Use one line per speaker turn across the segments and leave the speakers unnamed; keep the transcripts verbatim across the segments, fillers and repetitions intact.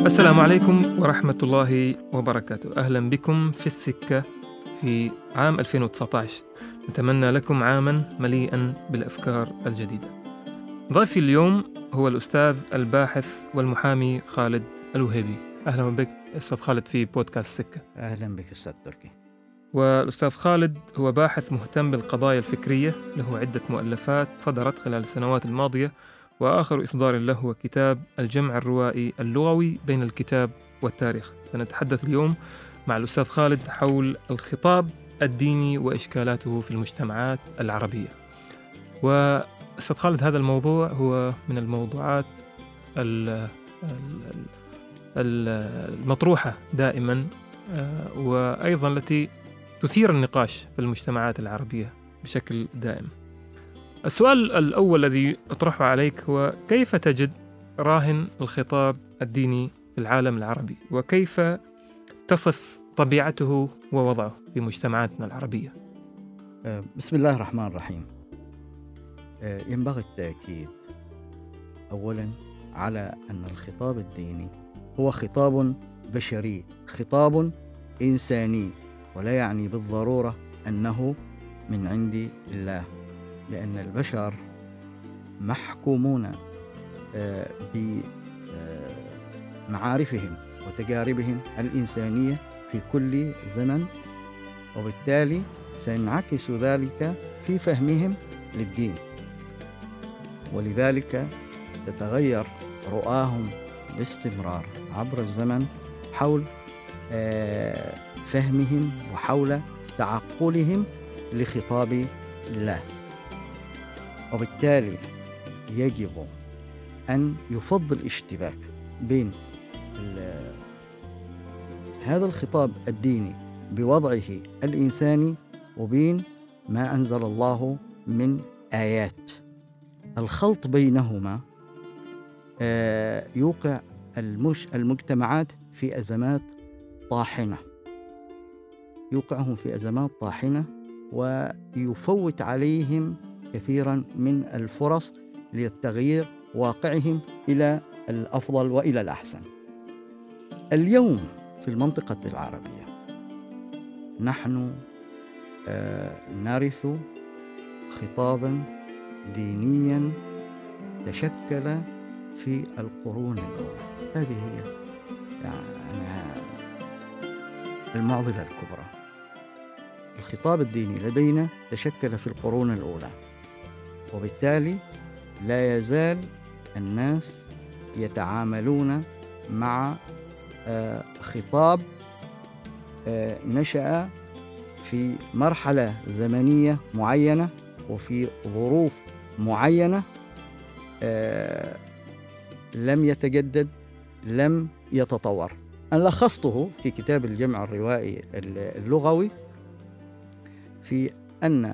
السلام عليكم ورحمة الله وبركاته. أهلا بكم في السكة في عام ألفين وتسعة عشر. نتمنى لكم عاما مليئا بالأفكار الجديدة. ضيفي اليوم هو الأستاذ الباحث والمحامي خالد الوهيبي. أهلا بك أستاذ خالد في بودكاست السكة.
أهلا بك أستاذ تركي.
والأستاذ خالد هو باحث مهتم بالقضايا الفكرية، له عدة مؤلفات صدرت خلال السنوات الماضية، وآخر إصدار له هو كتاب الجمع الروائي اللغوي بين الكتاب والتاريخ. سنتحدث اليوم مع الأستاذ خالد حول الخطاب الديني وإشكالاته في المجتمعات العربية. وأستاذ خالد، هذا الموضوع هو من الموضوعات المطروحة دائما، وأيضا التي تثير النقاش في المجتمعات العربية بشكل دائم. السؤال الأول الذي أطرحه عليك هو: كيف تجد راهن الخطاب الديني في العالم العربي، وكيف تصف طبيعته ووضعه في مجتمعاتنا العربية؟
بسم الله الرحمن الرحيم. ينبغي التأكيد أولا على أن الخطاب الديني هو خطاب بشري، خطاب إنساني، ولا يعني بالضرورة أنه من عند الله، لأن البشر محكومون بمعارفهم وتجاربهم الإنسانية في كل زمن، وبالتالي سينعكس ذلك في فهمهم للدين، ولذلك تتغير رؤاهم باستمرار عبر الزمن حول فهمهم وحول تعقلهم لخطاب الله. وبالتالي يجب أن يفضل الاشتباك بين هذا الخطاب الديني بوضعه الإنساني وبين ما أنزل الله من آيات. الخلط بينهما يوقع المش المجتمعات في أزمات طاحنة، يوقعهم في أزمات طاحنة ويفوت عليهم كثيرا من الفرص لتغيير واقعهم إلى الأفضل وإلى الأحسن. اليوم في المنطقة العربية نحن نرث خطابا دينيا تشكل في القرون الأولى. هذه هي يعني المعضلة الكبرى. الخطاب الديني لدينا تشكل في القرون الأولى، وبالتالي لا يزال الناس يتعاملون مع خطاب نشأ في مرحلة زمنية معينة وفي ظروف معينة، لم يتجدد، لم يتطور. أنا لخصته في كتاب الجمع الروائي اللغوي في أن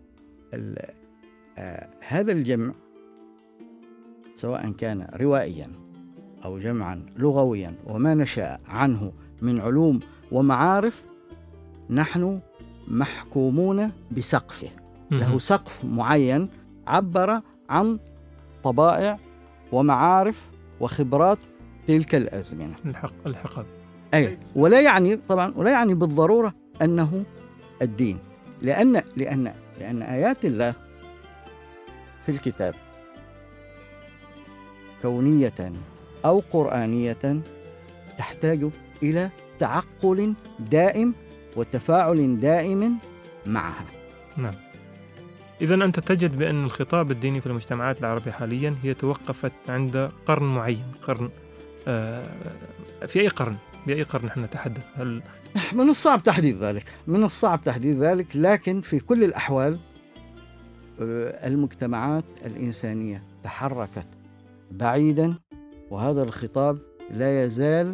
هذا الجمع سواء كان روائيا أو جمعا لغويا وما نشأ عنه من علوم ومعارف، نحن محكومون بسقفه. له سقف معين عبر عن طبائع ومعارف وخبرات تلك الأزمنة.
الحق الحقب
أي، ولا يعني طبعا ولا يعني بالضرورة أنه الدين، لأن لأن لأن آيات الله في الكتاب كونية أو قرآنية تحتاج إلى تعقل دائم وتفاعل دائم معها.
نعم. إذن أنت تجد بأن الخطاب الديني في المجتمعات العربية حاليا هي توقفت عند قرن معين، قرن آه في أي قرن؟ بأي قرن نحن نتحدث؟ هل
من الصعب تحديد ذلك، من الصعب تحديد ذلك، لكن في كل الأحوال المجتمعات الإنسانية تحركت بعيدا، وهذا الخطاب لا يزال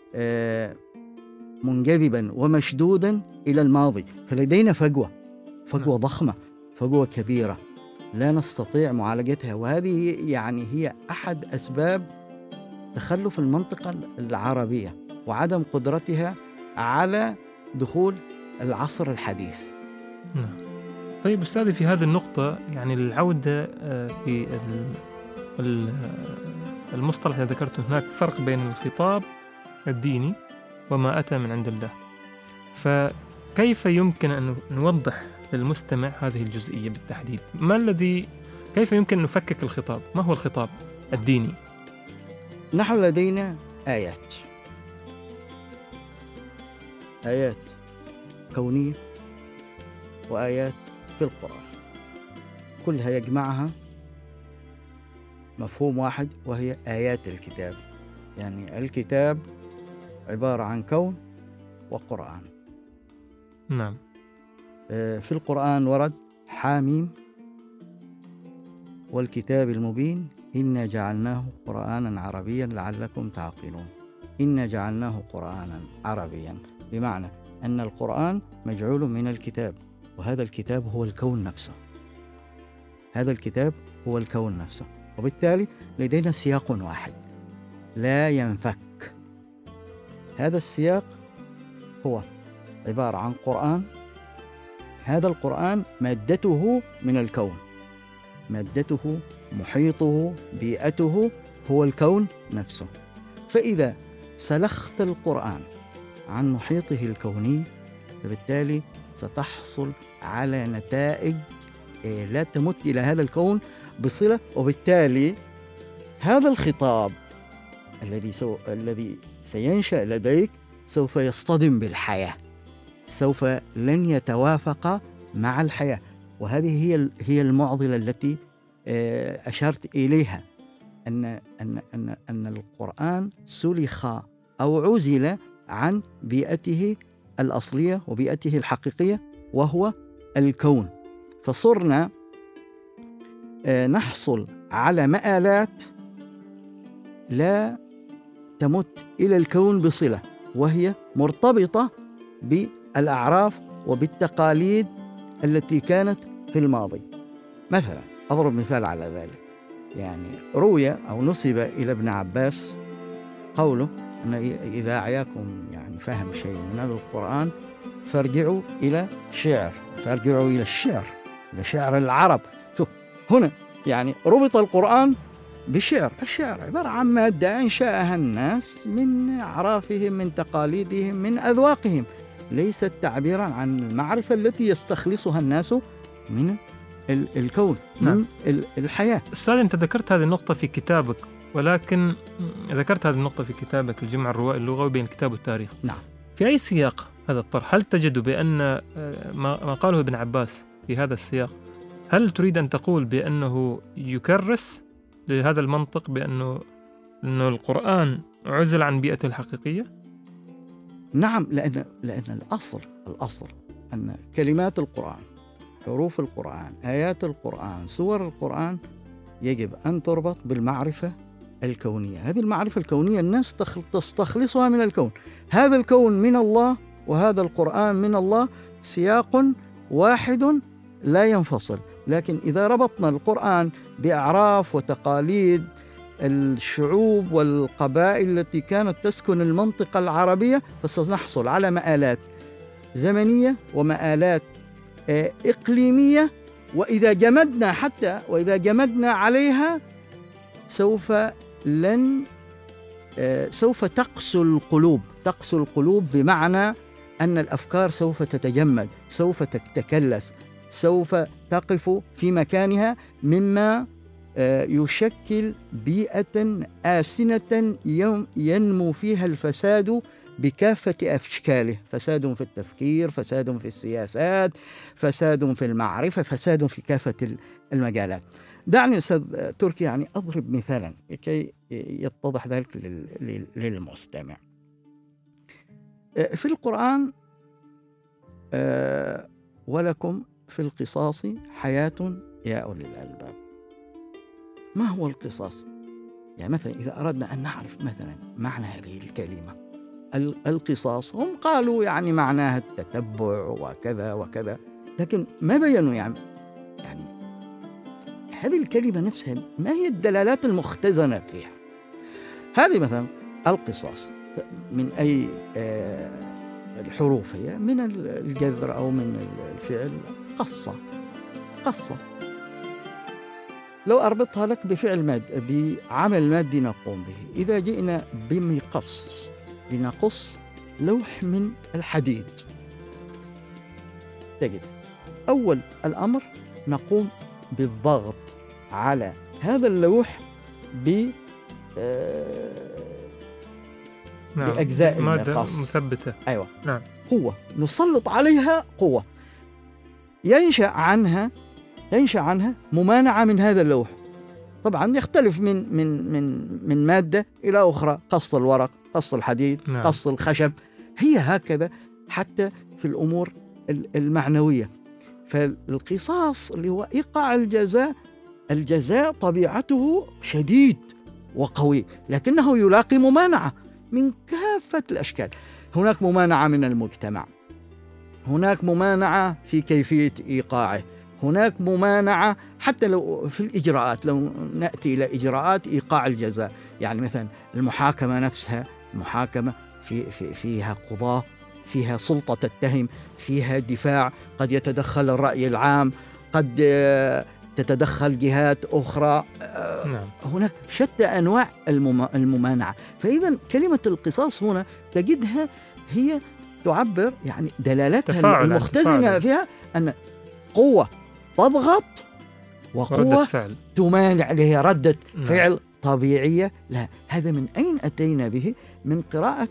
منجذبا ومشدودا إلى الماضي. فلدينا فجوة فجوة ضخمة، فجوة كبيرة لا نستطيع معالجتها، وهذه يعني هي أحد أسباب تخلف المنطقة العربية وعدم قدرتها على دخول العصر الحديث.
نعم. طيب أستاذي، في هذه النقطة يعني العودة في المصطلح اللي ذكرته هناك فرق بين الخطاب الديني وما أتى من عند الله. فكيف يمكن أن نوضح للمستمع هذه الجزئية بالتحديد؟ ما الذي كيف يمكن أن نفكك الخطاب؟ ما هو الخطاب الديني؟
نحن لدينا آيات آيات كونية وآيات في القرآن، كلها يجمعها مفهوم واحد وهي آيات الكتاب. يعني الكتاب عبارة عن كون وقرآن.
نعم.
في القرآن ورد حاميم والكتاب المبين إنا جعلناه قرآنا عربيا لعلكم تعقلون. إنا جعلناه قرآنا عربيا بمعنى أن القرآن مجعول من الكتاب، وهذا الكتاب هو الكون نفسه. هذا الكتاب هو الكون نفسه، وبالتالي لدينا سياق واحد لا ينفك. هذا السياق هو عبارة عن قرآن. هذا القرآن مادته من الكون، مادته محيطه بيئته هو الكون نفسه. فإذا سلخت القرآن عن محيطه الكوني فبالتالي ستحصل على نتائج لا تمت إلى هذا الكون بصلة، وبالتالي هذا الخطاب الذي سو... الذي سينشأ لديك سوف يصطدم بالحياة، سوف لن يتوافق مع الحياة. وهذه هي هي المعضلة التي أشرت إليها، أن أن أن أن القرآن سلخ أو عزل عن بيئته الأصلية وبيئته الحقيقية وهو الكون، فصرنا نحصل على مآلات لا تمت إلى الكون بصلة، وهي مرتبطة بالأعراف وبالتقاليد التي كانت في الماضي. مثلا أضرب مثال على ذلك، يعني روي أو نسب إلى ابن عباس قوله أن إذا أعياكم يعني فهم شيء من القرآن فارجعوا إلى شعر، فارجعوا إلى الشعر، إلى شعر العرب. شوف هنا يعني ربط القرآن بشعر. الشعر عبارة عن مادة أنشأها الناس من أعرافهم، من تقاليدهم، من أذواقهم، ليست تعبيرا عن المعرفة التي يستخلصها الناس من الكون،
نعم.
من الحياة.
أستاذ، أنت ذكرت هذه النقطة في كتابك، ولكن ذكرت هذه النقطة في كتابك الجمع الروائي اللغوي بين الكتاب والتاريخ.
نعم.
في أي سياق هذا الطرح؟ هل تجد بأن ما قاله ابن عباس في هذا السياق، هل تريد أن تقول بأنه يكرس لهذا المنطق بأنه أنه القرآن عزل عن بيئته الحقيقية؟
نعم، لأن لأن الأصل الأصل أن كلمات القرآن، حروف القرآن، آيات القرآن، سور القرآن يجب أن تربط بالمعرفة الكونية. هذه المعرفة الكونية الناس تستخلصها من الكون. هذا الكون من الله وهذا القرآن من الله، سياق واحد لا ينفصل. لكن إذا ربطنا القرآن بأعراف وتقاليد الشعوب والقبائل التي كانت تسكن المنطقة العربية فسنحصل على مآلات زمنية ومآلات إقليمية، وإذا جمدنا حتى وإذا جمدنا عليها سوف لن سوف تقسو القلوب. تقسو القلوب بمعنى أن الأفكار سوف تتجمد، سوف تتكلس، سوف تقف في مكانها، مما يشكل بيئة آسنة ينمو فيها الفساد بكافة أشكاله. فساد في التفكير، فساد في السياسات، فساد في المعرفة، فساد في كافة المجالات. دعني أستاذ تركي يعني أضرب مثالا لكي يتضح ذلك للمستمع. في القرآن ولكم في القصاص حياة يا أولي الألباب. ما هو القصاص؟ يعني مثلا إذا أردنا أن نعرف مثلا معنى هذه الكلمة القصاص، هم قالوا يعني معناها التتبع وكذا وكذا، لكن ما بينوا يعني يعني هذه الكلمة نفسها ما هي الدلالات المختزنة فيها. هذه مثلا القصاص من أي الحروف هي؟ من الجذر أو من الفعل قصة. قصة لو أربطها لك بفعل ماد بعمل مادي نقوم به، إذا جئنا بمقص لنقص لوح من الحديد، تجد أول الأمر نقوم بالضغط على هذا اللوح ب
نعم.
بأجزاء
مادة
المقص
مثبتة.
أيوة.
نعم.
قوة نسلط عليها قوة، ينشأ عنها ينشأ عنها ممانعة من هذا اللوح. طبعا يختلف من من من من مادة إلى أخرى، قص الورق، قص الحديد،
نعم.
قص الخشب، هي هكذا حتى في الأمور المعنوية. فالقصاص اللي هو إيقاع الجزاء، الجزاء طبيعته شديد وقوي، لكنه يلاقي ممانعة من كافة الأشكال. هناك ممانعة من المجتمع، هناك ممانعة في كيفية إيقاعه، هناك ممانعة حتى لو في الإجراءات، لو نأتي إلى إجراءات إيقاع الجزاء، يعني مثلا المحاكمة نفسها، محاكمة في في فيها قضاة، فيها سلطة تتهم، فيها دفاع، قد يتدخل الرأي العام، قد تتدخل جهات أخرى.
نعم.
هناك شتى أنواع الممانعة. فإذا كلمة القصاص هنا تجدها هي تعبر، يعني دلالتها المختزنة فيها أن قوة تضغط وقوة
فعل
تمانع، اللي هي ردة
نعم.
فعل طبيعية. لا، هذا من أين أتينا به؟ من قراءة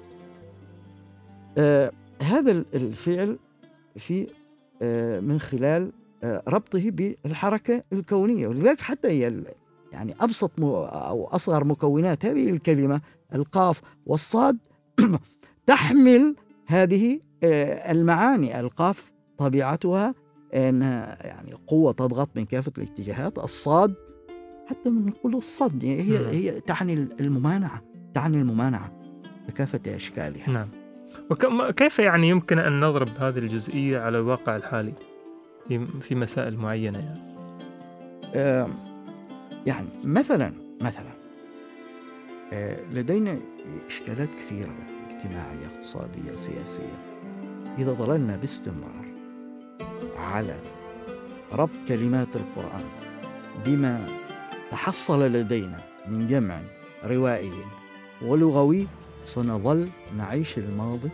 آه هذا الفعل في آه من خلال آه ربطه بالحركة الكونية. ولذلك حتى هي يعني أبسط أو أصغر مكونات هذه الكلمة، القاف والصاد، تحمل هذه آه المعاني. القاف طبيعتها أنها يعني قوة تضغط من كافة الاتجاهات، الصاد حتى من نقول الصد هي نعم. هي تعني الممانعة، تعني الممانعة بكافة أشكالها.
نعم. وكيف يعني يمكن أن نضرب هذه الجزئية على الواقع الحالي في مسائل معينة؟ يعني
آه يعني مثلا مثلا آه لدينا إشكالات كثيرة اجتماعية، اقتصادية، سياسية. إذا ظللنا باستمرار على ربط كلمات القرآن بما تحصل لدينا من جمع روائي ولغوي، سنظل نعيش الماضي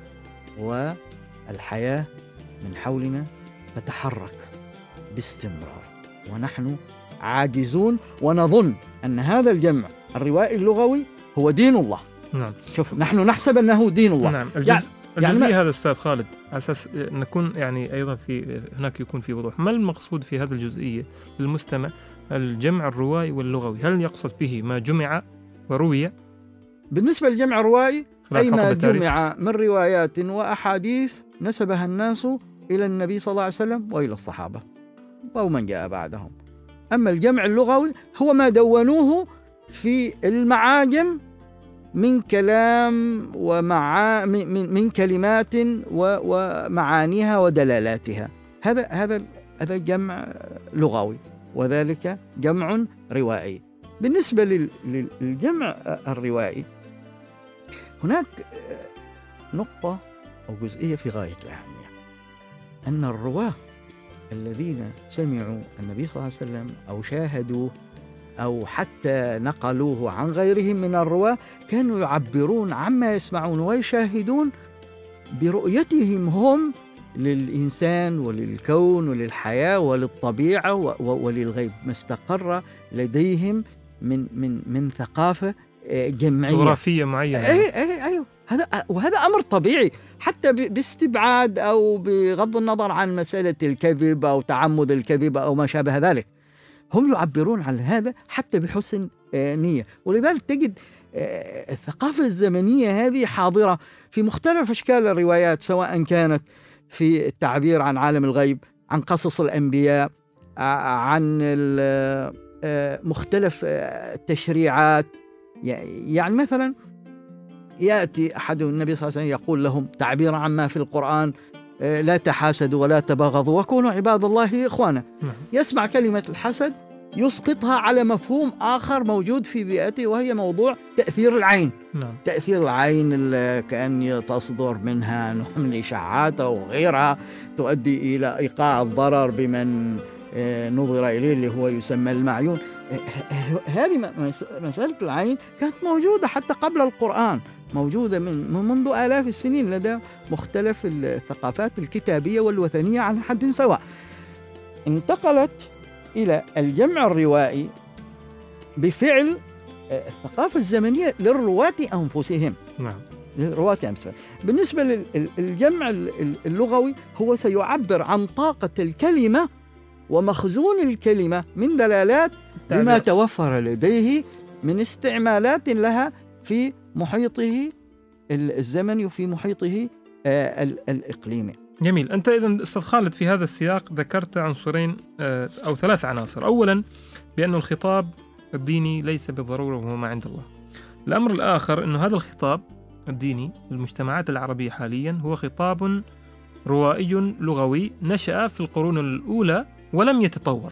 والحياة من حولنا تتحرك باستمرار، ونحن عاجزون ونظن أن هذا الجمع الروائي اللغوي هو دين الله.
نعم.
شوف، نحن نحسب أنه دين الله.
نعم. الجزء يعني الجزئية يعني هذا أستاذ خالد، على أساس نكون يعني أيضا في هناك يكون في وضوح، ما المقصود في هذه الجزئية للمستمع؟ الجمع الروائي واللغوي، هل يقصد به ما جمع وروي؟
بالنسبة للجمع الروائي أي ما جمع من روايات وأحاديث نسبها الناس إلى النبي صلى الله عليه وسلم وإلى الصحابة أو من جاء بعدهم. أما الجمع اللغوي هو ما دونوه في المعاجم من كلام ومع من, من كلمات ومعانيها ودلالاتها. هذا هذا هذا جمع لغوي، وذلك جمع روائي. بالنسبة للجمع الروائي هناك نقطة أو جزئية في غاية الأهمية، أن الرواة الذين سمعوا النبي صلى الله عليه وسلم أو شاهدوه أو حتى نقلوه عن غيرهم من الرواة كانوا يعبرون عما يسمعون ويشاهدون برؤيتهم هم للإنسان وللكون وللحياة وللطبيعة وللغيب، ما استقر لديهم من من من ثقافة جمعية
جغرافية معينة.
أي أي أيوه هذا، وهذا أمر طبيعي حتى باستبعاد أو بغض النظر عن مسألة الكذب أو تعمد الكذب أو ما شابه ذلك. هم يعبرون عن هذا حتى بحسن نية. ولذلك تجد الثقافة الزمنية هذه حاضرة في مختلف أشكال الروايات، سواء كانت في التعبير عن عالم الغيب، عن قصص الأنبياء، عن مختلف التشريعات. يعني مثلا يأتي أحد النبي صلى الله عليه وسلم يقول لهم تعبيرا عما في القرآن: لا تحاسدوا ولا تباغضوا وكونوا عباد الله إخوانا. يسمع كلمة الحسد يسقطها على مفهوم آخر موجود في بيئته، وهي موضوع تأثير العين. نعم. تأثير العين كأن تصدر منها نوع من الإشعاعات أو غيرها تؤدي إلى إيقاع الضرر بمن نظر إليه اللي هو يسمى المعيون. هذه مسألة العين كانت موجودة حتى قبل القرآن، موجودة من منذ آلاف السنين لدى مختلف الثقافات الكتابية والوثنية على حد سواء. انتقلت إلى الجمع الروائي بفعل الثقافة الزمنية للرواة أنفسهم.
نعم.
للرواة أنفسهم. بالنسبة للجمع اللغوي هو سيعبر عن طاقة الكلمة ومخزون الكلمة من دلالات بما توفر لديه من استعمالات لها في محيطه الزمني وفي محيطه الإقليمي.
جميل. أنت إذن أستاذ خالد في هذا السياق ذكرت عنصرين أو ثلاث عناصر. أولا بأن الخطاب الديني ليس بالضرورة وهو ما عند الله. الأمر الآخر أنه هذا الخطاب الديني للمجتمعات العربية حاليا هو خطاب روائي لغوي نشأ في القرون الأولى ولم يتطور،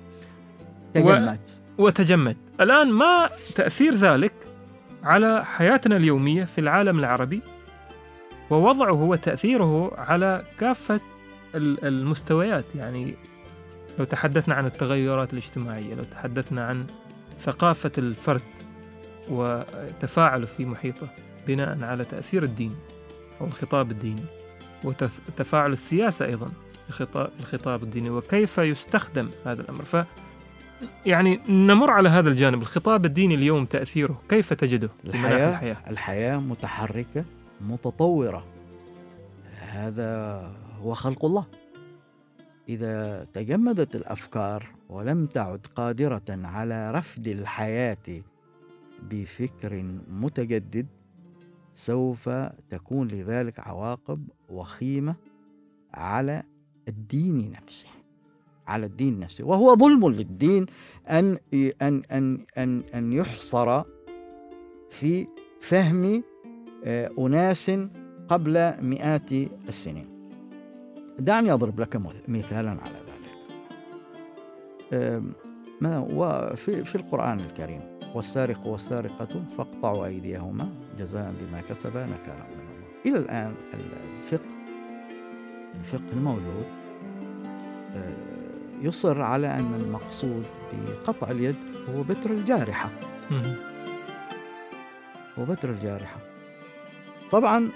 تجمد
و... وتجمد. الآن ما تأثير ذلك على حياتنا اليومية في العالم العربي ووضعه وتأثيره على كافة المستويات؟ يعني لو تحدثنا عن التغيرات الاجتماعية، لو تحدثنا عن ثقافة الفرد وتفاعله في محيطه بناء على تأثير الدين أو الخطاب الديني، وتفاعل السياسة أيضا الخطاب الخطاب الديني وكيف يستخدم هذا الأمر. ف يعني نمر على هذا الجانب. الخطاب الديني اليوم تأثيره كيف تجده في مناخ
الحياة
الحياة؟
الحياة متحركة متطورة، هذا هو خلق الله. إذا تجمدت الأفكار ولم تعد قادرة على رفض الحياة بفكر متجدد سوف تكون لذلك عواقب وخيمة على الدين نفسه، على الدين نفسه. وهو ظلم للدين أن أن أن أن أن يحصر في فهم أناس قبل مئات السنين. دعني أضرب لك مثالا على ذلك. وفي في القرآن الكريم: والسارق والسارقة فاقطعوا أيديهما جزاء بما كسبا نكالا من الله. إلى الآن الفقه الفقه الموجود يصر على أن المقصود بقطع اليد هو بتر الجارحة، هو بتر الجارحة. طبعا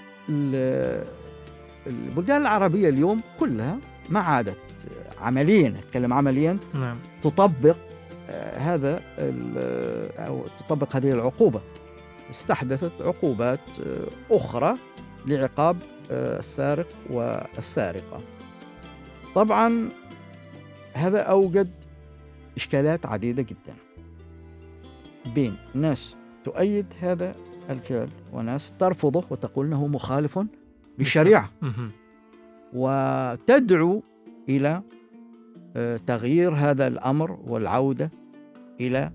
البلدان العربية اليوم كلها ما عادت عمليا، أتكلم عمليا،
نعم.
تطبق هذا أو تطبق هذه العقوبة. استحدثت عقوبات أخرى لعقاب السارق والسارقة. طبعا هذا أوجد إشكالات عديدة جدا بين ناس تؤيد هذا الفعل وناس ترفضه وتقول أنه مخالف للشريعة وتدعو إلى تغيير هذا الأمر والعودة إلى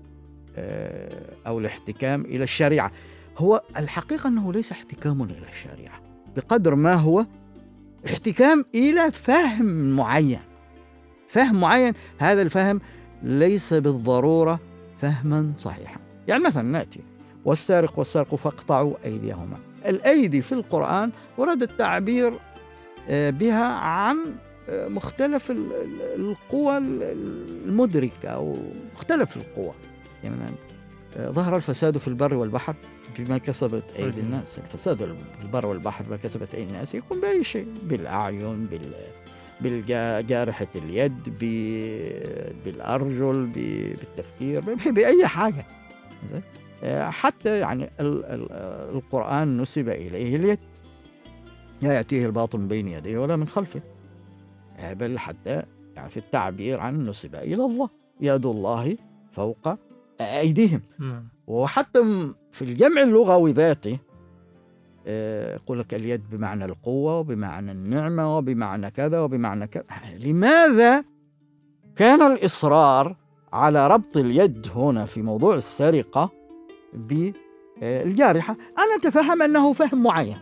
أو الاحتكام إلى الشريعة. هو الحقيقة أنه ليس احتكام إلى الشريعة بقدر ما هو احتكام إلى فهم معين، فهم معين. هذا الفهم ليس بالضرورة فهما صحيحا. يعني مثلا نأتي: والسارق والسارق فاقطعوا أيديهما. الأيدي في القرآن ورد التعبير بها عن مختلف القوى المدركة أو مختلف القوى. يعني ظهر الفساد في البر والبحر بما كسبت أيدي الناس. الفساد في البر والبحر بما كسبت أيدي الناس يكون بأي شيء، بالأعين، بالجارحة اليد، بالأرجل، بالتفكير، بأي حاجة. حتى يعني القرآن نسب إليه اليد، لا يأتيه الباطل من بين يديه ولا من خلفه، بل حتى يعني في التعبير عن نسب إلى الله: يد الله فوق أيديهم. وحتى في الجمع اللغوي ذاته يقول لك اليد بمعنى القوة وبمعنى النعمة وبمعنى كذا وبمعنى كذا. لماذا كان الإصرار على ربط اليد هنا في موضوع السرقة بالجارحة؟ أنا أتفهم أنه فهم معين،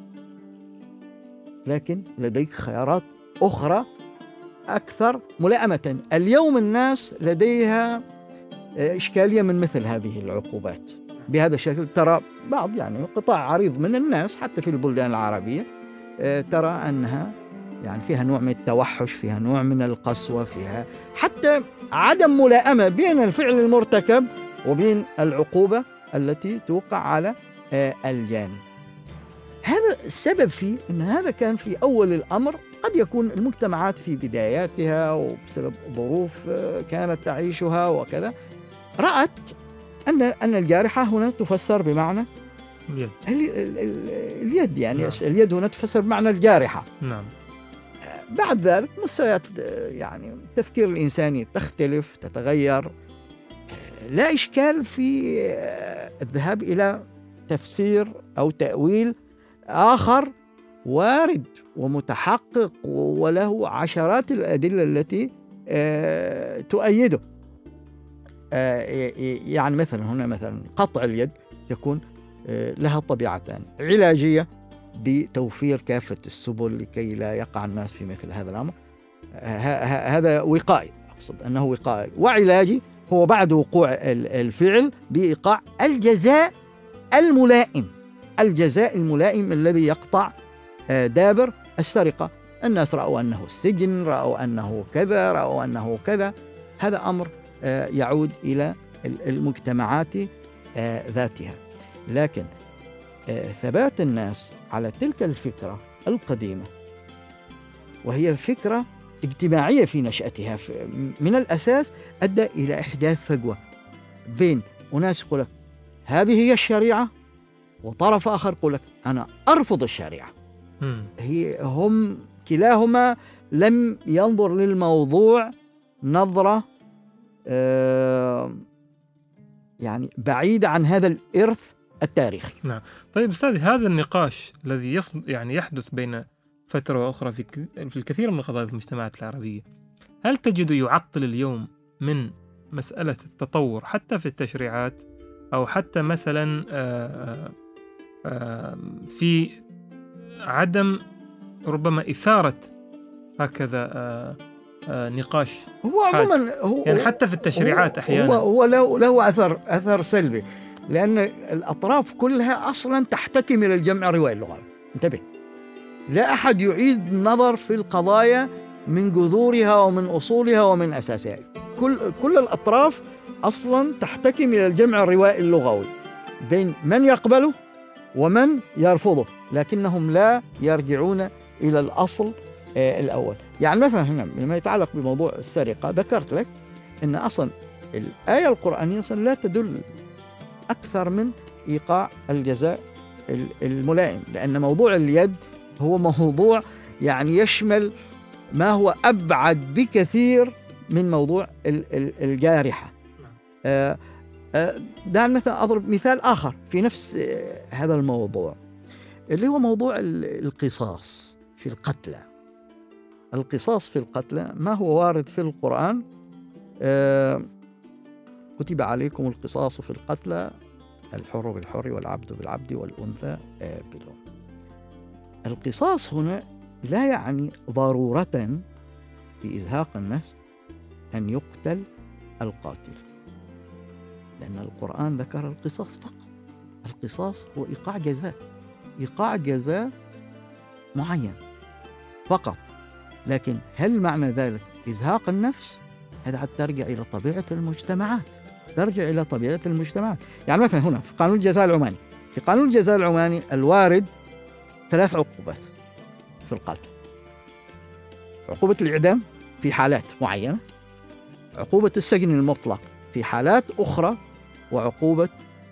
لكن لديك خيارات أخرى أكثر ملائمة. اليوم الناس لديها إشكالية من مثل هذه العقوبات بهذا الشكل. ترى بعض يعني قطاع عريض من الناس حتى في البلدان العربية ترى أنها يعني فيها نوع من التوحش، فيها نوع من القسوة، فيها حتى عدم ملائمة بين الفعل المرتكب وبين العقوبة التي توقع على الجاني. هذا السبب فيه أن هذا كان في أول الأمر. قد يكون المجتمعات في بداياتها وبسبب ظروف كانت تعيشها وكذا رأت أن أن الجارحة هنا تفسر بمعنى
اليد,
اليد يعني نعم. اليد هنا تفسر بمعنى الجارحة.
نعم.
بعد ذلك مستويات يعني التفكير الإنساني تختلف تتغير. لا إشكال في الذهاب إلى تفسير أو تأويل آخر وارد ومتحقق وله عشرات الأدلة التي تؤيده. يعني مثلا هنا مثلا قطع اليد يكون لها طبيعتان: علاجية بتوفير كافة السبل لكي لا يقع الناس في مثل هذا الأمر، هذا وقائي، أقصد أنه وقائي، وعلاجي هو بعد وقوع الفعل بإيقاع الجزاء الملائم، الجزاء الملائم الذي يقطع دابر السرقة. الناس رأوا أنه السجن، رأوا أنه كذا، رأوا أنه كذا. هذا أمر يعود إلى المجتمعات ذاتها. لكن ثبات الناس على تلك الفكرة القديمة، وهي فكرة اجتماعية في نشأتها من الأساس، أدى إلى إحداث فجوة بين أناس يقول لك هذه هي الشريعة، وطرف آخر يقول لك أنا أرفض الشريعة. هي هم كلاهما لم ينظر للموضوع نظرة آه يعني بعيدة عن هذا الإرث التاريخي.
نعم. طيب أستاذ، هذا النقاش الذي يصد يعني يحدث بين فترة وأخرى في في الكثير من القضايا في المجتمعات العربية، هل تجد يعطل اليوم من مسألة التطور حتى في التشريعات، أو حتى مثلا آآ آآ في عدم ربما إثارة هكذا آآ آآ نقاش؟
هو عموما هو
يعني حتى في التشريعات
هو
أحيانا
هو, هو له, له أثر أثر سلبي، لأن الأطراف كلها أصلا تحتكم إلى الجمع الروائي اللغوي. انتبه، لا أحد يعيد النظر في القضايا من جذورها ومن أصولها ومن أساسها. كل كل الأطراف أصلا تحتكم إلى الجمع الروائي اللغوي بين من يقبله ومن يرفضه، لكنهم لا يرجعون إلى الأصل آه الأول. يعني مثلا هنا لما يتعلق بموضوع السرقة، ذكرت لك أن أصلا الآية القرآنية لا تدل أكثر من إيقاع الجزاء الملائم، لأن موضوع اليد هو موضوع يعني يشمل ما هو أبعد بكثير من موضوع الجارحة. آه ده مثلا أضرب مثال آخر في نفس هذا الموضوع، اللي هو موضوع القصاص في القتلى. القصاص في القتلى ما هو وارد في القرآن: آه كتب عليكم القصاص في القتلى، الحر بالحر والعبد بالعبد والأنثى بالأنثى. القصاص هنا لا يعني ضرورة بإزهاق النفس أن يقتل القاتل، لأن القرآن ذكر القصاص فقط. القصاص هو إيقاع جزاء، إيقاع جزاء معين فقط. لكن هل معنى ذلك إزهاق النفس؟ هذا ترجع إلى طبيعة المجتمعات، ترجع إلى طبيعة المجتمعات. يعني مثلا هنا في قانون الجزاء العماني، في قانون الجزاء العماني الوارد ثلاث عقوبات في القتل: عقوبة الإعدام في حالات معينة، عقوبة السجن المطلق في حالات أخرى، وعقوبة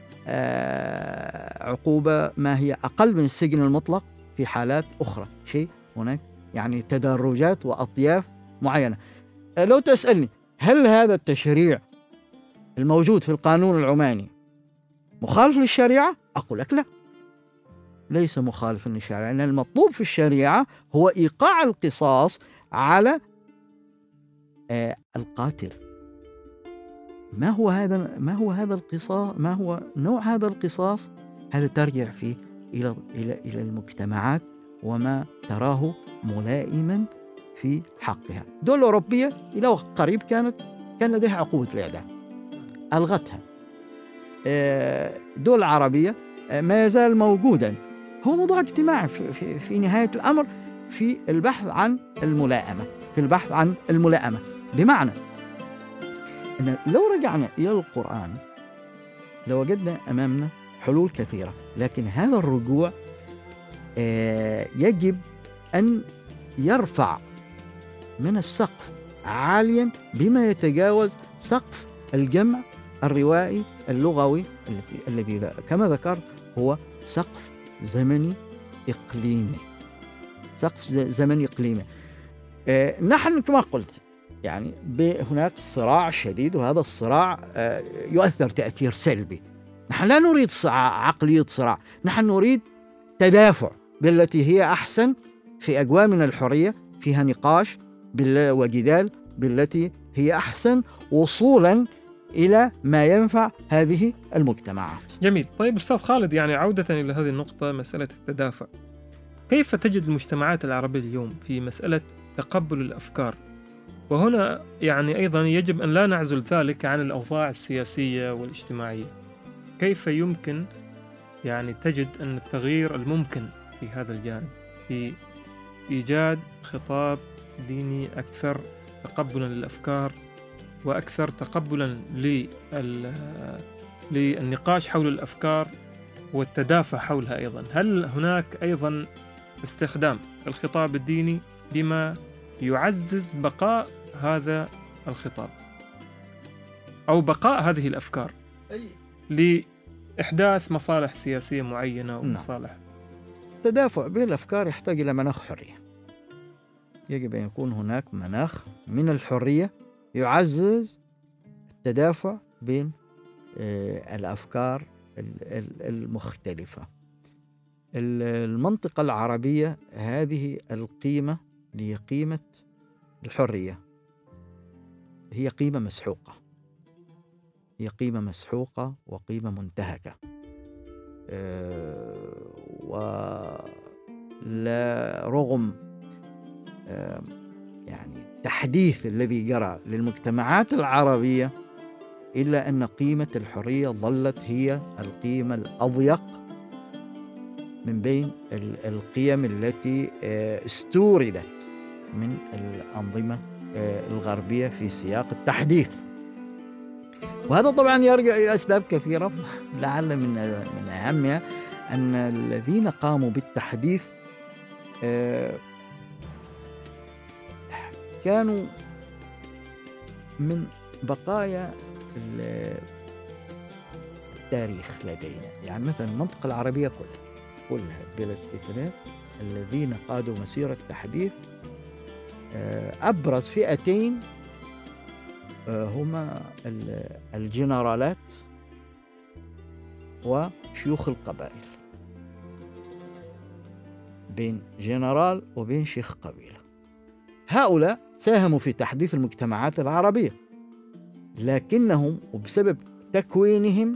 آه عقوبة ما هي أقل من السجن المطلق في حالات أخرى. شيء هناك يعني تدرجات وأطياف معينة. آه لو تسألني هل هذا التشريع الموجود في القانون العماني مخالف للشريعة؟ أقول لك لا، ليس مخالفا للشريعة، لأن المطلوب في الشريعة هو إيقاع القصاص على آه القاتل. ما هو هذا ما هو هذا القصاص؟ ما هو نوع هذا القصاص؟ هذا ترجع فيه إلى إلى إلى المجتمعات وما تراه ملائما في حقها. دول أوروبية إلى وقت قريب كانت كان لديها عقوبة الإعدام، ألغتها. دول عربية ما يزال موجودا. هو موضوع اجتماعي في, في, في نهاية الأمر. في البحث عن الملائمة في البحث عن الملائمة بمعنى أن لو رجعنا إلى القرآن لوجدنا أمامنا حلول كثيرة، لكن هذا الرجوع يجب أن يرفع من السقف عاليا بما يتجاوز سقف الجمع الروائي اللغوي الذي كما ذكرت هو سقف زمني إقليمي سقف زمني إقليمي. نحن كما قلت يعني هناك صراع شديد، وهذا الصراع يؤثر تأثير سلبي. نحن لا نريد عقلية صراع، نحن نريد تدافع بالتي هي أحسن في أجواء من الحرية فيها نقاش وجدال بالتي هي أحسن وصولا إلى ما ينفع هذه المجتمعات.
جميل. طيب أستاذ خالد، يعني عودة إلى هذه النقطة، مسألة التدافع، كيف تجد المجتمعات العربية اليوم في مسألة تقبل الأفكار؟ وهنا يعني أيضا يجب أن لا نعزل ذلك عن الأوضاع السياسية والاجتماعية. كيف يمكن يعني تجد أن التغيير الممكن في هذا الجانب في إيجاد خطاب ديني أكثر تقبلا للأفكار وأكثر تقبلا للنقاش حول الأفكار والتدافع حولها أيضا؟ هل هناك أيضا استخدام الخطاب الديني بما يعزز بقاء هذا الخطاب أو بقاء هذه الأفكار لإحداث مصالح سياسية معينة ومصالح؟
التدافع بالأفكار يحتاج إلى مناخ حرية. يجب أن يكون هناك مناخ من الحرية يعزز التدافع بين الأفكار المختلفة. المنطقة العربية هذه القيمة هي قيمة الحرية، هي قيمة مسحوقة، هي قيمة مسحوقة وقيمة منتهكة. ولا رغم يعني التحديث الذي جرى للمجتمعات العربية إلا أن قيمة الحرية ظلت هي القيمة الأضيق من بين القيم التي استوردت من الأنظمة الغربية في سياق التحديث. وهذا طبعا يرجع إلى أسباب كثيرة، لعل من من أهمها أن الذين قاموا بالتحديث كانوا من بقايا التاريخ لدينا. يعني مثلا المنطقة العربية كلها كلها بلا استثناء الذين قادوا مسيرة التحديث أبرز فئتين هما الجنرالات وشيوخ القبائل، بين جنرال وبين شيخ قبيلة. هؤلاء ساهموا في تحديث المجتمعات العربية، لكنهم وبسبب تكوينهم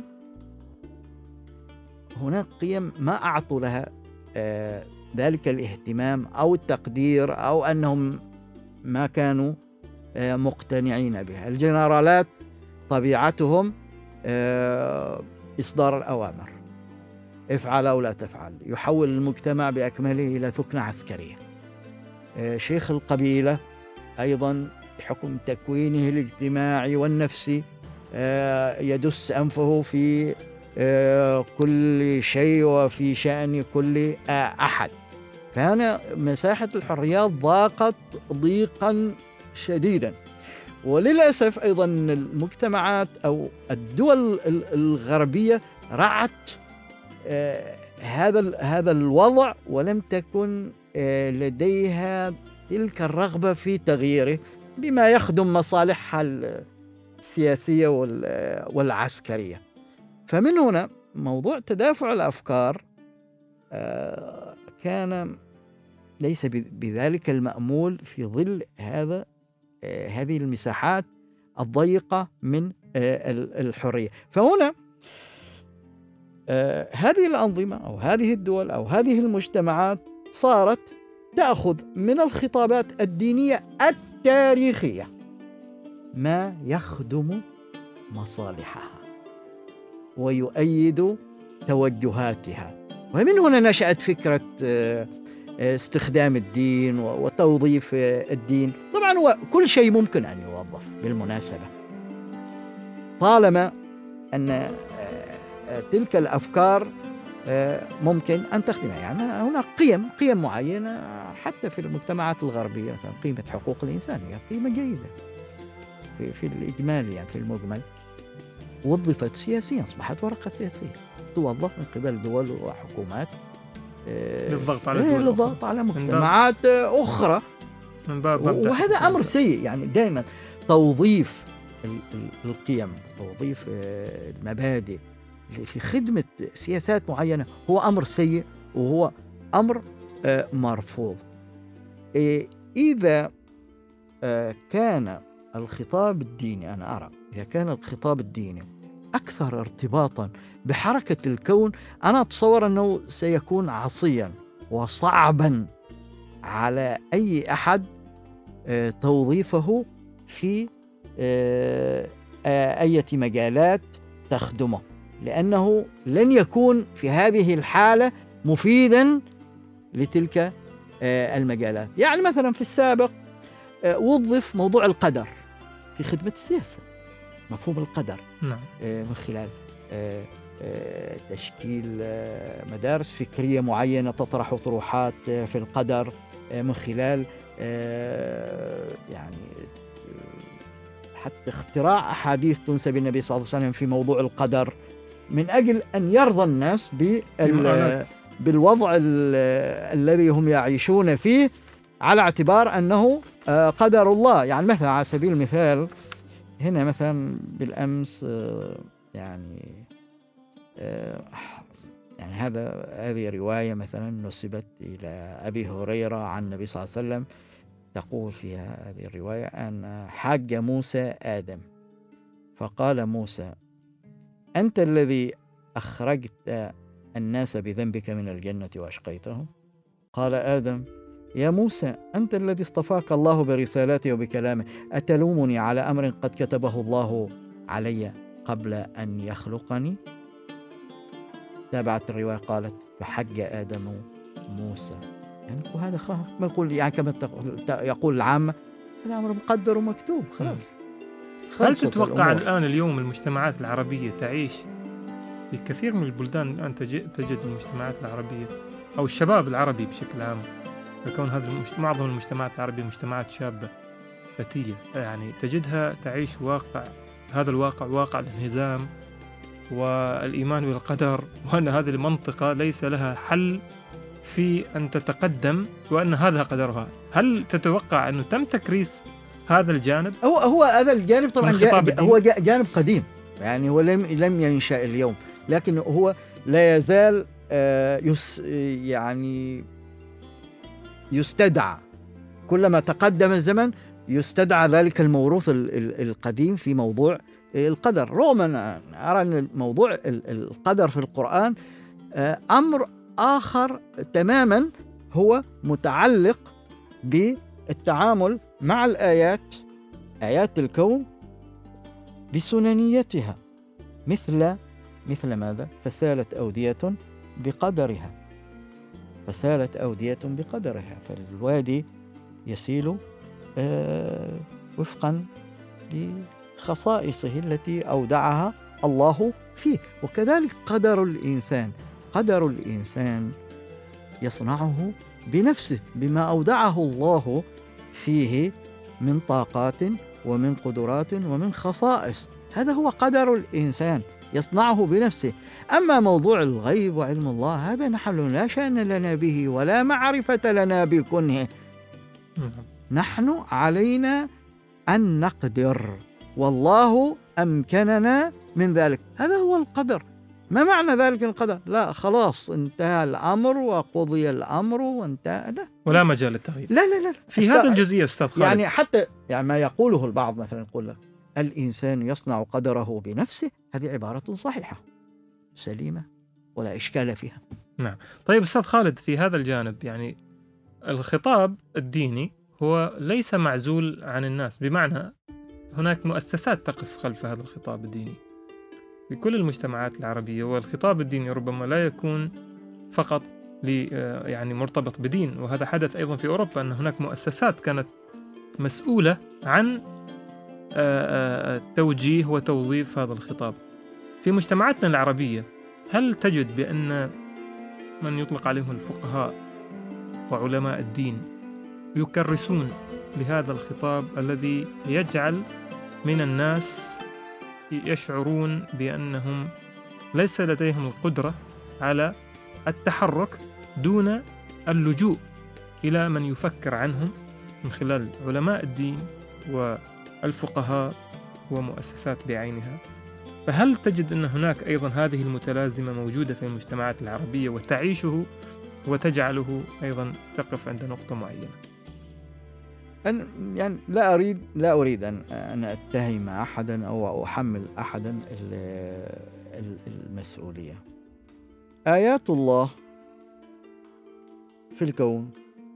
هناك قيم ما أعطوا لها آه ذلك الاهتمام أو التقدير، أو أنهم ما كانوا آه مقتنعين بها. الجنرالات طبيعتهم آه إصدار الأوامر، افعل أو لا تفعل، يحول المجتمع بأكمله إلى ثكنة عسكرية. آه شيخ القبيلة أيضا بحكم تكوينه الاجتماعي والنفسي آه يدس أنفه في آه كل شيء وفي شأن كل آه أحد. فهنا مساحة الحريات ضاقت ضيقا شديدا. وللأسف أيضا المجتمعات أو الدول الغربية رعت آه هذا هذا الوضع، ولم تكن آه لديها تلك الرغبة في تغييره بما يخدم مصالحها السياسية والعسكرية. فمن هنا موضوع تدافع الأفكار آه كان ليس بذلك المأمول في ظل هذا آه هذه المساحات الضيقة من آه الحرية. فهنا آه هذه الأنظمة أو هذه الدول أو هذه المجتمعات صارت تأخذ من الخطابات الدينية التاريخية ما يخدم مصالحها ويؤيد توجهاتها. ومن هنا نشأت فكرة استخدام الدين وتوظيف الدين. طبعا هو كل شيء ممكن أن يوظف بالمناسبة، طالما أن تلك الأفكار ممكن أن تخدمها. يعني هناك قيم قيم معينة حتى في المجتمعات الغربية، مثلا قيمة حقوق الإنسان هي قيمة جيدة في, في الإجمال، يعني في المجمل وظفت سياسيا، أصبحت ورقة سياسية توظف من قبل دول وحكومات
للضغط على دول
للضغط على مجتمعات أخرى
من باب
وهذا أمر سيء. يعني دائما توظيف القيم، توظيف المبادئ في خدمة سياسات معينة هو أمر سيء وهو أمر مرفوض. إذا كان الخطاب الديني، أنا أرى إذا كان الخطاب الديني أكثر ارتباطا بحركة الكون، أنا أتصور أنه سيكون عصيا وصعبا على أي أحد توظيفه في أي مجالات تخدمه، لأنه لن يكون في هذه الحالة مفيدا لتلك المجالات. يعني مثلا في السابق وظف موضوع القدر في خدمة السياسة، مفهوم القدر
نعم.
من خلال تشكيل مدارس فكرية معينة تطرح طروحات في القدر، من خلال يعني حتى اختراع أحاديث تنسب النبي صلى الله عليه وسلم في موضوع القدر، من أجل أن يرضى الناس بالوضع الذي هم يعيشون فيه على اعتبار أنه قدر الله. يعني مثلا على سبيل المثال هنا مثلا بالأمس يعني يعني هذا هذه رواية مثلا نسبت إلى أبي هريرة عن النبي صلى الله عليه وسلم، تقول فيها هذه الرواية أن حاج موسى آدم فقال موسى: أنت الذي أخرجت الناس بذنبك من الجنة وأشقيتهم؟ قال آدم: يا موسى، أنت الذي اصطفاك الله برسالته وبكلامه، أتلومني على أمر قد كتبه الله علي قبل أن يخلقني؟ تابعت الرواية قالت: فحج آدم موسى. يعني وهذا ما يقول يعني كما يقول العامة هذا أمر مقدر ومكتوب خلاص.
هل تتوقع الآن اليوم المجتمعات العربية تعيش في كثير من البلدان الآن تجد المجتمعات العربية أو الشباب العربي بشكل عام، يكون هذا معظم المجتمعات العربية مجتمعات شابة فتية، يعني تجدها تعيش واقع هذا الواقع، واقع الانهزام والإيمان بالقدر، وأن هذه المنطقة ليس لها حل في أن تتقدم وأن هذا قدرها. هل تتوقع أنه تم تكريس هذا الجانب؟
هو هو هذا الجانب طبعا جا هو جانب قديم، يعني هو لم لم ينشأ اليوم، لكن هو لا يزال آه يس يعني يستدعى كلما تقدم الزمن، يستدعى ذلك الموروث القديم في موضوع القدر. رغم أن أرى أن موضوع القدر في القرآن أمر آخر تماما، هو متعلق بالتعامل مع الآيات، آيات الكون بسننيتها، مثل مثل ماذا؟ فسالت أودية بقدرها، فسالت أودية بقدرها، فالوادي يسيل آه وفقا لخصائصه التي أودعها الله فيه. وكذلك قدر الإنسان، قدر الإنسان يصنعه بنفسه بما أودعه الله فيه من طاقات ومن قدرات ومن خصائص، هذا هو قدر الإنسان يصنعه بنفسه. أما موضوع الغيب وعلم الله هذا نحن لا شأن لنا به ولا معرفة لنا بكنه، نحن علينا أن نقدر، والله أمكننا من ذلك، هذا هو القدر. ما معنى ذلك القدر؟ لا خلاص انتهى الأمر وقضي الأمر وانتهى، لا
ولا مجال للتغيير.
لا لا لا
في هذا الجزئية أستاذ خالد،
يعني حتى يعني ما يقوله البعض مثلا يقول لك الإنسان يصنع قدره بنفسه، هذه عبارة صحيحة سليمة ولا إشكال فيها.
نعم. طيب أستاذ خالد، في هذا الجانب يعني الخطاب الديني هو ليس معزول عن الناس، بمعنى هناك مؤسسات تقف خلف هذا الخطاب الديني في كل المجتمعات العربية، والخطاب الديني ربما لا يكون فقط يعني مرتبط بدين. وهذا حدث أيضا في أوروبا، أن هناك مؤسسات كانت مسؤولة عن توجيه وتوظيف هذا الخطاب. في مجتمعاتنا العربية هل تجد بأن من يطلق عليهم الفقهاء وعلماء الدين يكرسون لهذا الخطاب الذي يجعل من الناس يشعرون بأنهم ليس لديهم القدرة على التحرك دون اللجوء إلى من يفكر عنهم من خلال علماء الدين والفقهاء ومؤسسات بعينها؟ فهل تجد أن هناك أيضا هذه المتلازمة موجودة في المجتمعات العربية وتعيشه وتجعله أيضا تقف عند نقطة معينة؟
أنا يعني لا أريد لا أريد أن أن أتهم أحدا أو أحمل أحدا المسؤولية. آيات الله في الكون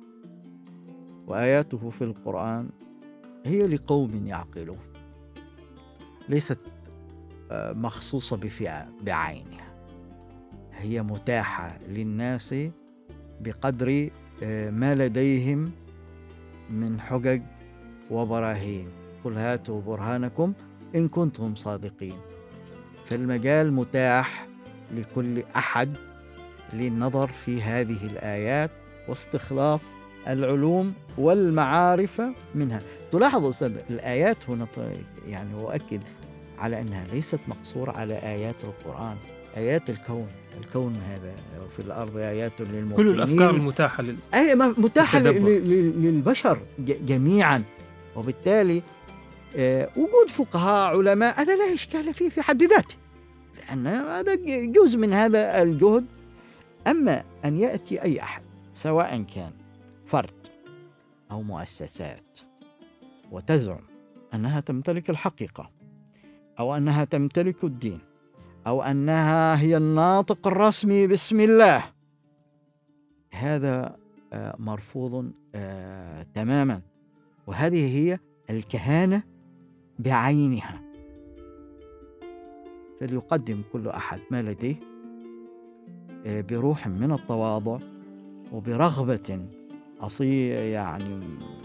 وآياته في القرآن هي لقوم يعقلون، ليست مخصوصة بفئة بعينها، هي متاحة للناس بقدر ما لديهم من حجج وبراهين. قل هاتوا برهانكم إن كنتم صادقين. فالمجال متاح لكل أحد للنظر في هذه الآيات واستخلاص العلوم والمعارف منها. تلاحظ أستاذ الآيات هنا يعني أؤكد على أنها ليست مقصورة على آيات القرآن، آيات الكون. الكون هذا في الأرض آيات للموقنين،
كل الأفكار المتاحة لل...
أي متاحة للبشر جميعا. وبالتالي وجود فقهاء علماء هذا لا إشكال فيه في حد ذاته، لأن هذا جزء من هذا الجهد. أما أن يأتي أي أحد سواء كان فرد أو مؤسسات وتزعم أنها تمتلك الحقيقة أو أنها تمتلك الدين أو أنها هي الناطق الرسمي باسم الله، هذا مرفوض تماما. وهذه هي الكهانة بعينها. فليقدم كل أحد ما لديه بروح من التواضع وبرغبة أصيل يعني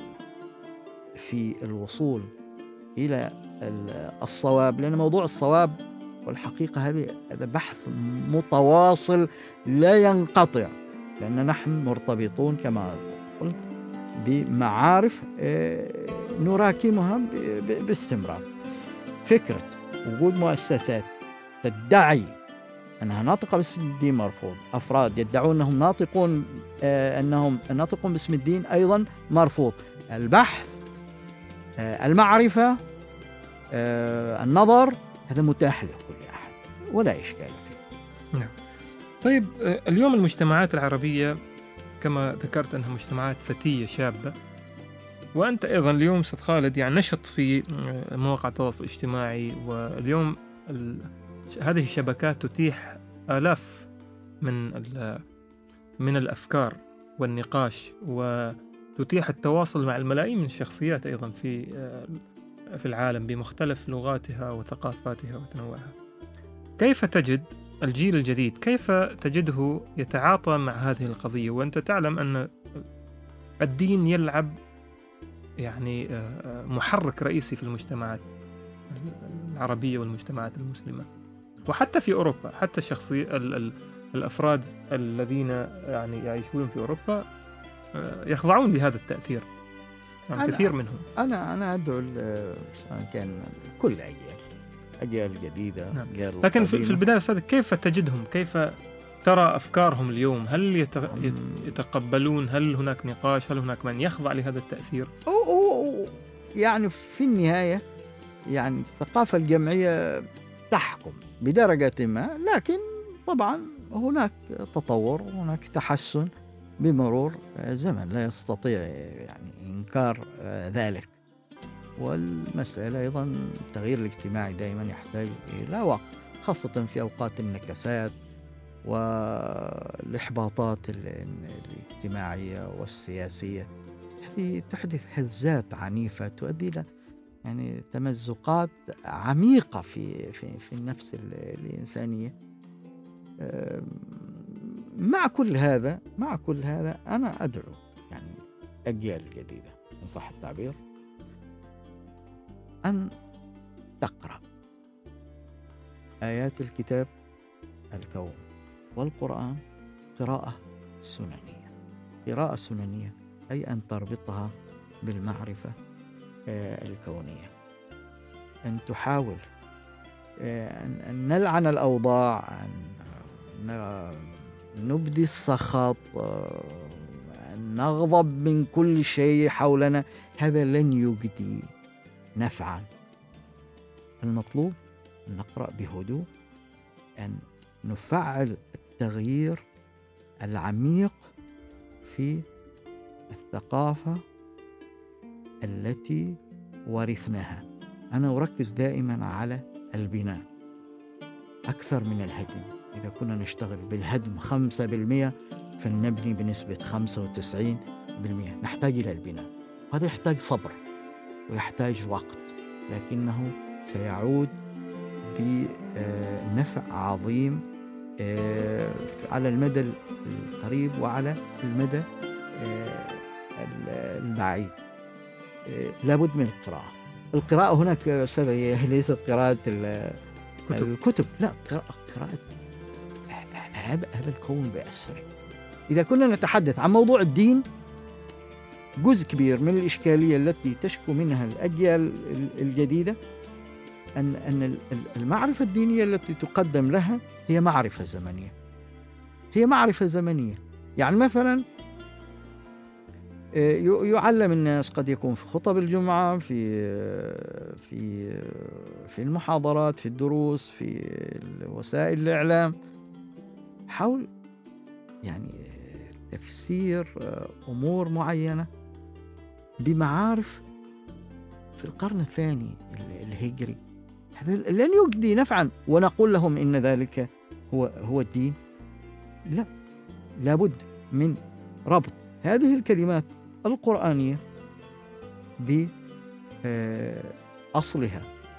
في الوصول إلى الصواب، لأن موضوع الصواب والحقيقة هذه هذا بحث متواصل لا ينقطع، لأن نحن مرتبطون كما قلت بمعارف نراكمها باستمرار. فكرة وجود مؤسسات تدعي أنها ناطقة باسم الدين مرفوض، أفراد يدعون أنهم ناطقون أنهم ناطقون باسم الدين أيضا مرفوض. البحث، المعرفة، النظر، هذا متاح لكل أحد ولا إشكال فيه.
نعم. طيب اليوم المجتمعات العربية كما ذكرت أنها مجتمعات فتية شابة، وأنت أيضا اليوم أستاذ خالد يعني نشط في مواقع التواصل الاجتماعي، واليوم ال... هذه الشبكات تتيح آلاف من من الأفكار والنقاش، وتتيح التواصل مع الملايين من الشخصيات أيضا في في العالم بمختلف لغاتها وثقافاتها وتنوعها. كيف تجد الجيل الجديد، كيف تجده يتعاطى مع هذه القضية، وأنت تعلم أن الدين يلعب يعني محرك رئيسي في المجتمعات العربية والمجتمعات المسلمة، وحتى في أوروبا، حتى الشخصي ال ال الأفراد الذين يعني يعيشون في أوروبا يخضعون لهذا التأثير، يعني كثير منهم.
أنا أنا أدعو سواء كان كل أجيال أجيال جديدة.
نعم. لكن في البداية أستاذ كيف تجدهم، كيف ترى أفكارهم اليوم؟ هل يتقبلون؟ هل هناك نقاش؟ هل هناك من يخضع لهذا التأثير؟
أو أو يعني في النهاية يعني الثقافة الجمعية تحكم بدرجة ما، لكن طبعا هناك تطور وهناك تحسن بمرور زمن، لا يستطيع يعني إنكار ذلك. والمسألة أيضا التغيير الاجتماعي دائما يحتاج إلى وقت، خاصة في أوقات النكسات والإحباطات الاجتماعية والسياسية. هذه تحدث هزات عنيفة تؤدي إلى يعني تمزقات عميقة في في في النفس الإنسانية. مع كل هذا مع كل هذا أنا أدعو يعني أجيال الجديدة إن صح التعبير أن تقرأ آيات الكتاب الكون والقرآن قراءة سننية. قراءة سننية أي أن تربطها بالمعرفة الكونية، أن تحاول أن نلعن الأوضاع، أن نبدي السخط، أن نغضب من كل شيء حولنا، هذا لن يجدي نفعا. المطلوب أن نقرأ بهدوء، أن نفعل التغيير العميق في الثقافة التي ورثناها. أنا أركز دائما على البناء أكثر من الهدم. إذا كنا نشتغل بالهدم خمسة بالمئة فلنبني بنسبة خمسة وتسعين بالمئة. نحتاج إلى البناء، وهذا يحتاج صبر ويحتاج وقت، لكنه سيعود بنفع عظيم على المدى القريب وعلى المدى البعيد. لابد من القراءة. القراءة هناك أستاذ هي ليست قراءة الكتب, الكتب. لا، قراءة قراءة هذا هذا الكون بأسره. إذا كنا نتحدث عن موضوع الدين، جزء كبير من الإشكالية التي تشكو منها الأجيال الجديدة أن أن المعرفة الدينية التي تقدم لها هي معرفة زمنية. هي معرفة زمنية. يعني مثلا يعلم الناس قد يكون في خطب الجمعة، في في في المحاضرات، في الدروس، في وسائل الإعلام، حول يعني تفسير أمور معينة بمعارف في القرن الثاني الهجري. هذا لن يجدي نفعا، ونقول لهم إن ذلك هو هو الدين. لا، لابد من ربط هذه الكلمات القرآنية بأصلها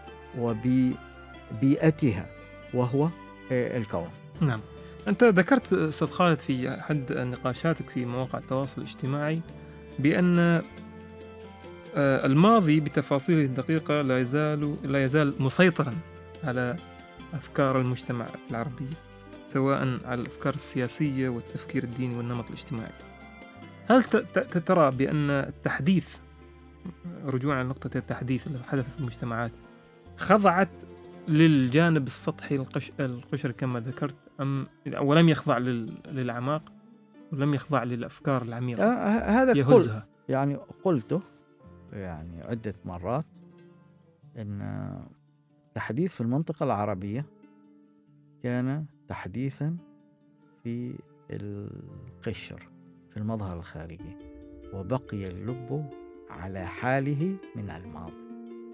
وببيئتها وهو الكون.
نعم. أنت ذكرت أستاذ خالد في أحد نقاشاتك في مواقع التواصل الاجتماعي بأن الماضي بتفاصيله الدقيقة لا يزال لا يزال مسيطرا على أفكار المجتمع العربية، سواء على الأفكار السياسية والتفكير الديني والنمط الاجتماعي. هل ترى بأن التحديث، رجوعا لنقطة التحديث اللي حدثت في المجتمعات، خضعت للجانب السطحي القشر كما ذكرت، أم ولم يخضع للأعماق ولم يخضع للأفكار العميقة
آه هذا
يهزها؟
قل يعني قلته يعني عدة مرات أن التحديث في المنطقة العربية كان تحديثا في القشر، في المظهر الخارجي، وبقي اللب على حاله من الماضي.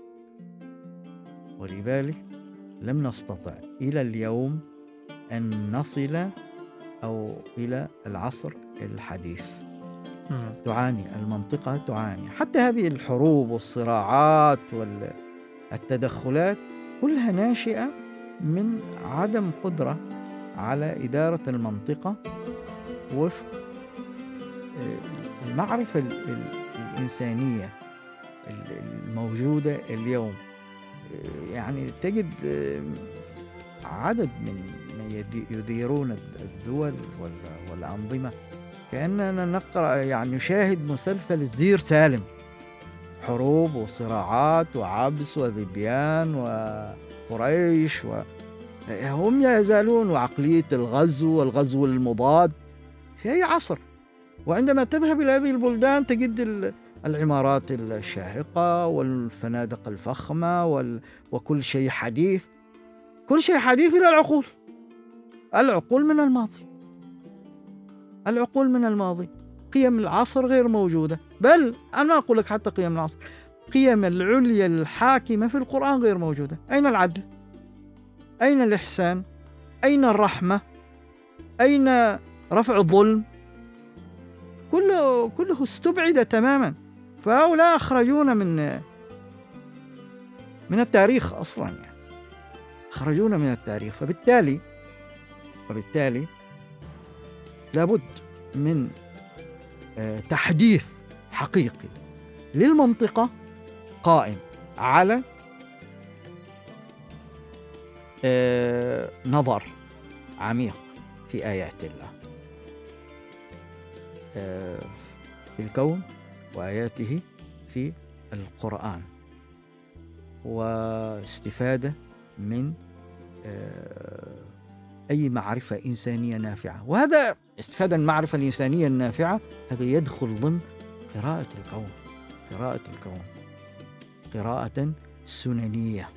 ولذلك لم نستطع إلى اليوم أن نصل أو إلى العصر الحديث. م. تعاني المنطقة، تعاني حتى هذه الحروب والصراعات والتدخلات كلها ناشئة من عدم قدرة على إدارة المنطقة وفق المعرفة الإنسانية الموجودة اليوم. يعني تجد عدد من يديرون الدول والأنظمة كأننا نقرأ يعني نشاهد مسلسل الزير سالم، حروب وصراعات وعبس وذبيان وقريش، وهم يزالون وعقلية الغزو والغزو المضاد في أي عصر. وعندما تذهب إلى هذه البلدان تجد العمارات الشاهقة والفنادق الفخمة وال... وكل شيء حديث، كل شيء حديث إلى العقول. العقول من الماضي، العقول من الماضي. قيم العصر غير موجودة، بل أنا أقول لك حتى قيم العصر، قيم العليا الحاكمة في القرآن غير موجودة. أين العدل؟ أين الإحسان؟ أين الرحمة؟ أين رفع الظلم؟ كله كله استبعد تماما. فهؤلاء أخرجونا من من التاريخ أصلا، يعني أخرجونا من التاريخ. فبالتالي فبالتالي لابد من تحديث حقيقي للمنطقة قائم على نظر عميق في آيات الله في الكون وآياته في القرآن، واستفادة من أي معرفة إنسانية نافعة. وهذا استفادة المعرفة الإنسانية النافعة هذا يدخل ضمن قراءة الكون، قراءة الكون قراءة سننية،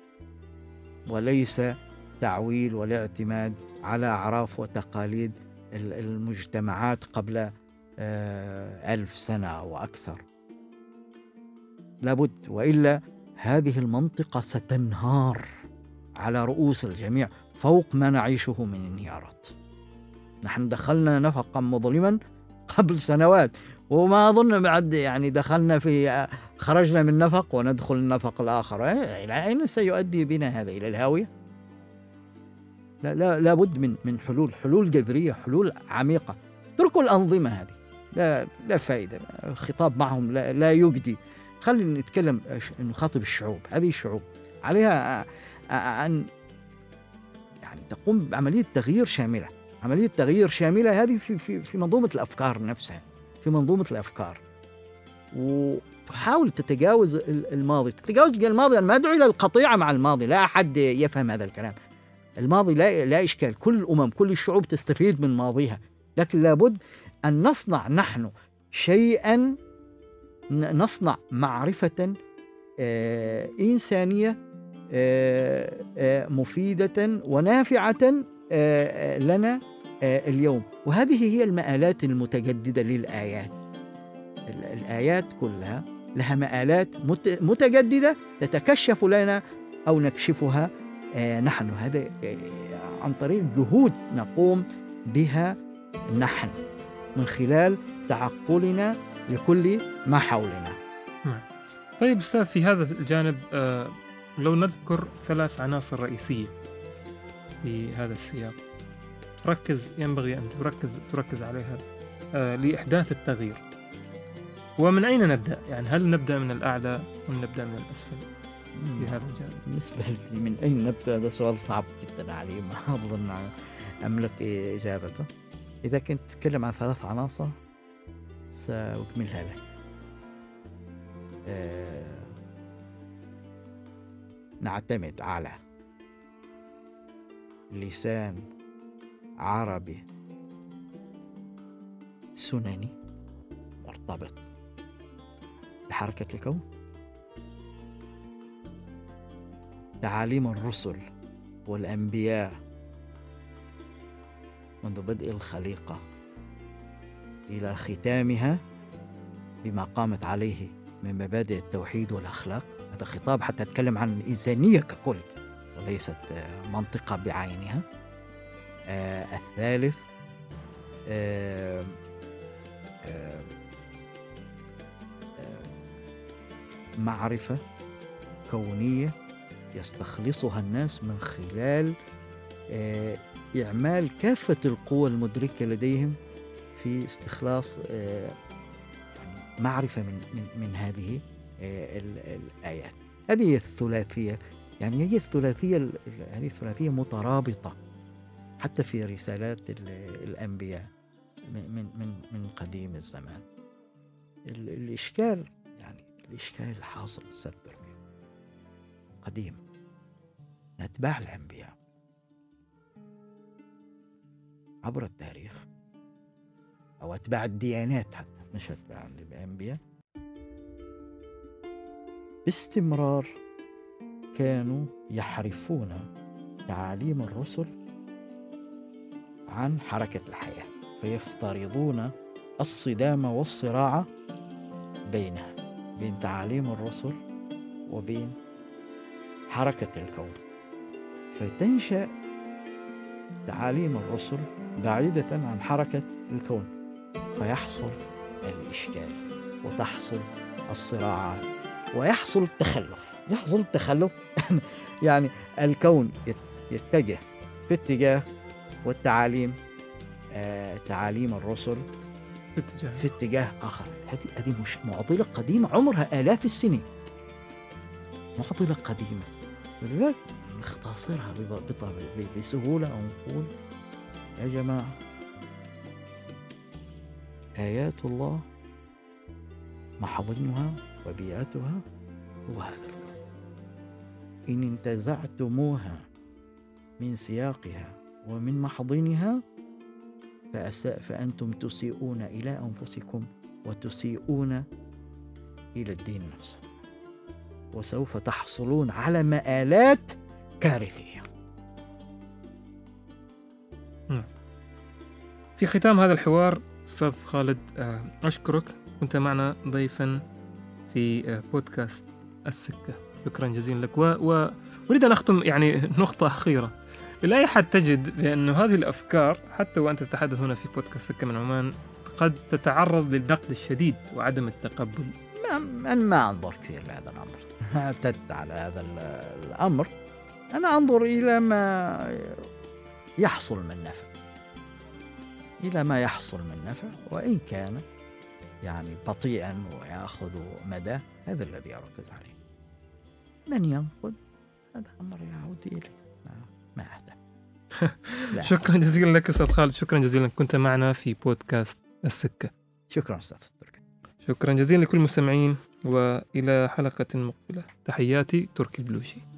وليس تعويل ولا اعتماد على أعراف وتقاليد المجتمعات قبل ألف سنة أو أكثر. لابد، وإلا هذه المنطقة ستنهار على رؤوس الجميع فوق ما نعيشه من انهيارات. نحن دخلنا نفقا مظلما قبل سنوات، وما أظن بعد يعني دخلنا في خرجنا من نفق وندخل النفق الآخر. إلى أين سيؤدي بنا هذا؟ إلى الهاوية؟ لا لا لابد من من حلول حلول جذرية، حلول عميقة. اتركوا الأنظمة هذه، لا لا فائدة، خطاب معهم لا, لا يجدي. خلينا نتكلم، نخاطب الشعوب. هذه الشعوب عليها أن يعني تقوم بعملية تغيير شاملة، عملية تغيير شاملة هذه في في في منظومة الأفكار نفسها، في منظومة الأفكار، وحاول تتجاوز الماضي. تتجاوز الماضي، أنا ما أدعو إلى القطيعة مع الماضي، لا أحد يفهم هذا الكلام. الماضي لا لا إشكال، كل الأمم كل الشعوب تستفيد من ماضيها، لكن لابد أن نصنع نحن شيئا، نصنع معرفة آه إنسانية آه آه مفيدة ونافعة آه لنا آه اليوم. وهذه هي المآلات المتجددة للآيات. الآيات كلها لها مآلات متجددة تتكشف لنا أو نكشفها آه نحن. هذا آه عن طريق جهود نقوم بها نحن من خلال تعقلنا لكل ما حولنا.
طيب أستاذ، في هذا الجانب آه لو نذكر ثلاث عناصر رئيسية في هذا السياق تركز ينبغي أن تركز تركز عليها آه لإحداث التغيير، ومن أين نبدأ؟ يعني هل نبدأ من الأعلى أم نبدأ من الأسفل في هذا الجانب؟
بالنسبة لي من أين نبدأ هذا سؤال صعب جدا علي، ما أظن أملك إجابته. إذا كنت تتكلم عن ثلاث عناصر سأكملها لك. أه نعتمد على لسان عربي سنني مرتبط بحركة الكون، تعاليم الرسل والأنبياء منذ بدء الخليقة إلى ختامها بما قامت عليه من مبادئ التوحيد والأخلاق. هذا خطاب حتى أتكلم عن الإنسانية ككل وليست منطقة بعينها. آه الثالث آه آه آه معرفة كونية يستخلصها الناس من خلال آه إعمال كافة القوى المدركة لديهم في استخلاص آه معرفة من من, من هذه آه الآيات. هذه هي الثلاثية، يعني هي الثلاثية هذه الثلاثية مترابطة حتى في رسالات الأنبياء من من من قديم الزمان. الإشكال يعني الإشكال الحاصل ستر قديم أتباع الأنبياء عبر التاريخ أو أتباع الديانات حتى مش أتباع الأنبياء باستمرار كانوا يحرفون تعاليم الرسل عن حركة الحياة، فيفترضون الصدام والصراع بينها، بين تعاليم الرسل وبين حركة الكون. فتنشأ تعاليم الرسل بعيدة عن حركة الكون، فيحصل الإشكال وتحصل الصراعات ويحصل التخلف. يحصل التخلف يعني الكون يتجه في اتجاه والتعاليم آه تعاليم الرسل
في اتجاه
في اتجاه آخر. هذه هذه مش معضلة قديمة عمرها آلاف السنين، معضلة قديمة، ولذلك نختصرها بب- بط- بسهولة أو نقول يا جماعة آيات الله محاضنها وبيئتها هو هذا الكون، إن انتزعتموها من سياقها ومن محضنها فأس- فأنتم تسيئون إلى أنفسكم وتسيئون إلى الدين نفسه، وسوف تحصلون على مآلات كارثية.
في ختام هذا الحوار أستاذ خالد، آه، أشكرك، كنت معنا ضيفا في آه، بودكاست السكة. شكرا جزيلا لك. و- وأريد أن أختم يعني نقطة أخيرة. لا أحد تجد بأن هذه الأفكار حتى وأنت تتحدث هنا في بودكاست سكة من عمان قد تتعرض للنقد الشديد وعدم التقبل.
ما أنا ما أنظر كثير لهذا الأمر، اعتدت على هذا ال- الأمر. أنا أنظر إلى ما يحصل من نفع، إلى ما يحصل من نفع، وإن كان يعني بطيئا ويأخذ مدى، هذا الذي أركز عليه. من ينقد هذا أمر يعود إليه، ما, ما أهتم. لا.
شكرا جزيلا لك أستاذ خالد، شكرا جزيلا كنت معنا في بودكاست السكة.
شكرا أستاذ تركي.
شكرا جزيلا لكل المستمعين، وإلى حلقة مقبلة. تحياتي تركي البلوشي.